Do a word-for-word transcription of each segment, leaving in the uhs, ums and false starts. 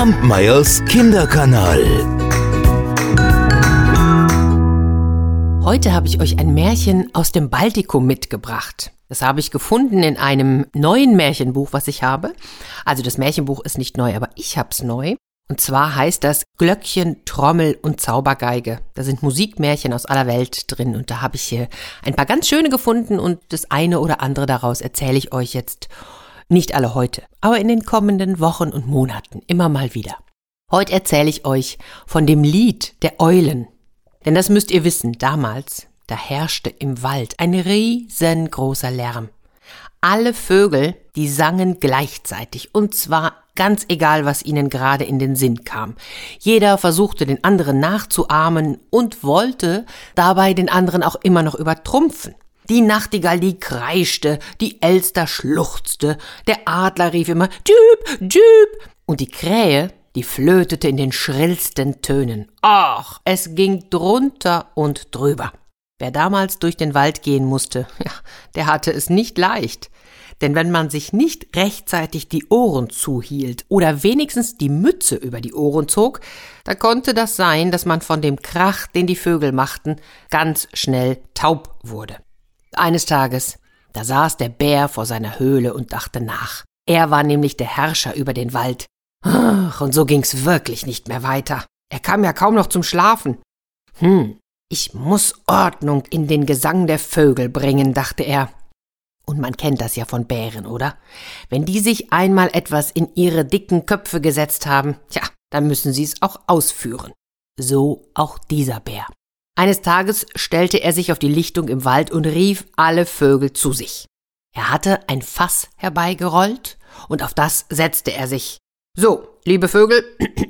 Kampmeyers Kinderkanal. Heute habe ich euch ein Märchen aus dem Baltikum mitgebracht. Das habe ich gefunden in einem neuen Märchenbuch, was ich habe. Also das Märchenbuch ist nicht neu, aber ich habe es neu. Und zwar heißt das Glöckchen, Trommel und Zaubergeige. Da sind Musikmärchen aus aller Welt drin und da habe ich hier ein paar ganz schöne gefunden und das eine oder andere daraus erzähle ich euch jetzt. Nicht alle heute, aber in den kommenden Wochen und Monaten immer mal wieder. Heute erzähle ich euch von dem Lied der Eulen. Denn das müsst ihr wissen, damals, da herrschte im Wald ein riesengroßer Lärm. Alle Vögel, die sangen gleichzeitig und zwar ganz egal, was ihnen gerade in den Sinn kam. Jeder versuchte den anderen nachzuahmen und wollte dabei den anderen auch immer noch übertrumpfen. Die Nachtigall, die kreischte, die Elster schluchzte, der Adler rief immer Düb, Düb und die Krähe, die flötete in den schrillsten Tönen. Ach, es ging drunter und drüber. Wer damals durch den Wald gehen musste, ja, der hatte es nicht leicht. Denn wenn man sich nicht rechtzeitig die Ohren zuhielt oder wenigstens die Mütze über die Ohren zog, da konnte das sein, dass man von dem Krach, den die Vögel machten, ganz schnell taub wurde. Eines Tages, da saß der Bär vor seiner Höhle und dachte nach. Er war nämlich der Herrscher über den Wald. Ach, und so ging's wirklich nicht mehr weiter. Er kam ja kaum noch zum Schlafen. Hm, ich muss Ordnung in den Gesang der Vögel bringen, dachte er. Und man kennt das ja von Bären, oder? Wenn die sich einmal etwas in ihre dicken Köpfe gesetzt haben, tja, dann müssen sie es auch ausführen. So auch dieser Bär. Eines Tages stellte er sich auf die Lichtung im Wald und rief alle Vögel zu sich. Er hatte ein Fass herbeigerollt und auf das setzte er sich. So, liebe Vögel,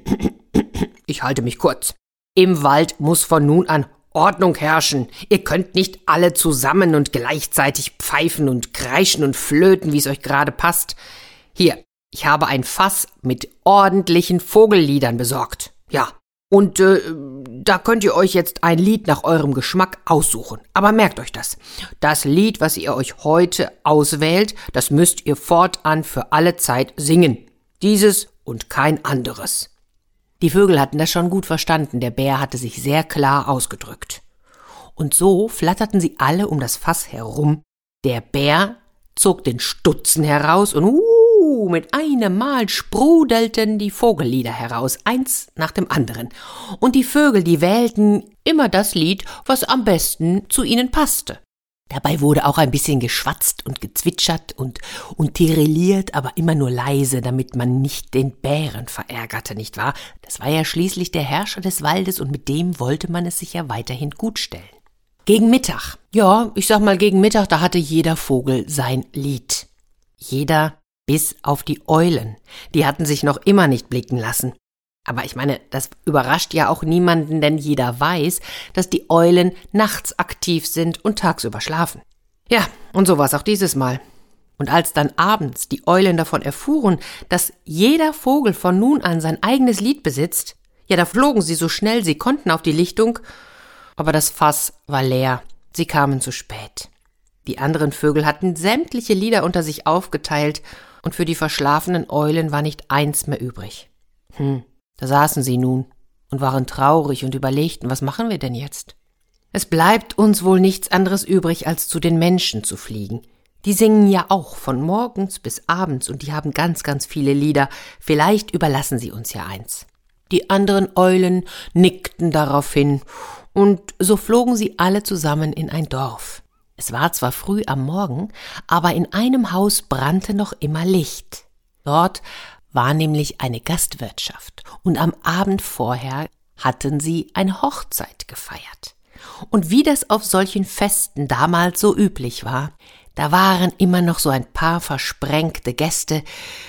ich halte mich kurz. Im Wald muss von nun an Ordnung herrschen. Ihr könnt nicht alle zusammen und gleichzeitig pfeifen und kreischen und flöten, wie es euch gerade passt. Hier, ich habe ein Fass mit ordentlichen Vogelliedern besorgt. Ja, und äh, da könnt ihr euch jetzt ein Lied nach eurem Geschmack aussuchen. Aber merkt euch das. Das Lied, was ihr euch heute auswählt, das müsst ihr fortan für alle Zeit singen. Dieses und kein anderes. Die Vögel hatten das schon gut verstanden, der Bär hatte sich sehr klar ausgedrückt. Und so flatterten sie alle um das Fass herum. Der Bär zog den Stutzen heraus und uh, mit einem Mal sprudelten die Vogellieder heraus, eins nach dem anderen. Und die Vögel, die wählten immer das Lied, was am besten zu ihnen passte. Dabei wurde auch ein bisschen geschwatzt und gezwitschert und, und tirilliert, aber immer nur leise, damit man nicht den Bären verärgerte, nicht wahr? Das war ja schließlich der Herrscher des Waldes und mit dem wollte man es sich ja weiterhin gut stellen. Gegen Mittag, ja, ich sag mal gegen Mittag, da hatte jeder Vogel sein Lied. Jeder bis auf die Eulen, die hatten sich noch immer nicht blicken lassen. Aber ich meine, das überrascht ja auch niemanden, denn jeder weiß, dass die Eulen nachts aktiv sind und tagsüber schlafen. Ja, und so war es auch dieses Mal. Und als dann abends die Eulen davon erfuhren, dass jeder Vogel von nun an sein eigenes Lied besitzt, ja, da flogen sie so schnell sie konnten auf die Lichtung, aber das Fass war leer, sie kamen zu spät. Die anderen Vögel hatten sämtliche Lieder unter sich aufgeteilt und für die verschlafenen Eulen war nicht eins mehr übrig. Hm. Da saßen sie nun und waren traurig und überlegten, was machen wir denn jetzt? Es bleibt uns wohl nichts anderes übrig, als zu den Menschen zu fliegen. Die singen ja auch von morgens bis abends und die haben ganz, ganz viele Lieder. Vielleicht überlassen sie uns ja eins. Die anderen Eulen nickten darauf hin und so flogen sie alle zusammen in ein Dorf. Es war zwar früh am Morgen, aber in einem Haus brannte noch immer Licht. Dort war nämlich eine Gastwirtschaft und am Abend vorher hatten sie eine Hochzeit gefeiert. Und wie das auf solchen Festen damals so üblich war, da waren immer noch so ein paar versprengte Gäste,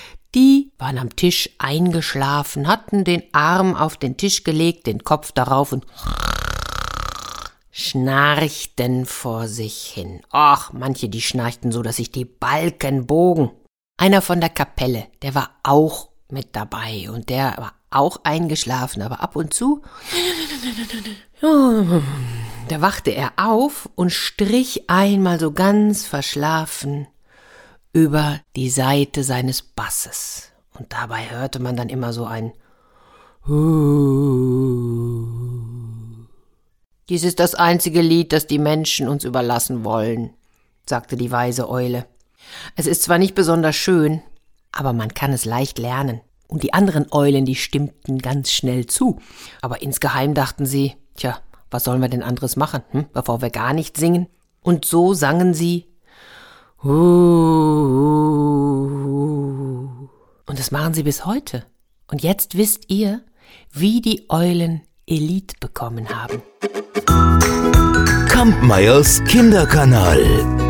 die waren am Tisch eingeschlafen, hatten den Arm auf den Tisch gelegt, den Kopf darauf und schnarchten vor sich hin. Ach, manche, die schnarchten so, dass sich die Balken bogen. Einer von der Kapelle, der war auch mit dabei und der war auch eingeschlafen, aber ab und zu, da wachte er auf und strich einmal so ganz verschlafen über die Saite seines Basses. Und dabei hörte man dann immer so ein Dies ist das einzige Lied, das die Menschen uns überlassen wollen, sagte die weise Eule. Es ist zwar nicht besonders schön, aber man kann es leicht lernen. Und die anderen Eulen, die stimmten ganz schnell zu. Aber insgeheim dachten sie, tja, was sollen wir denn anderes machen, hm, bevor wir gar nicht singen? Und so sangen sie. Und das machen sie bis heute. Und jetzt wisst ihr, wie die Eulen ihr Lied bekommen haben. Kampmeyers Kinderkanal.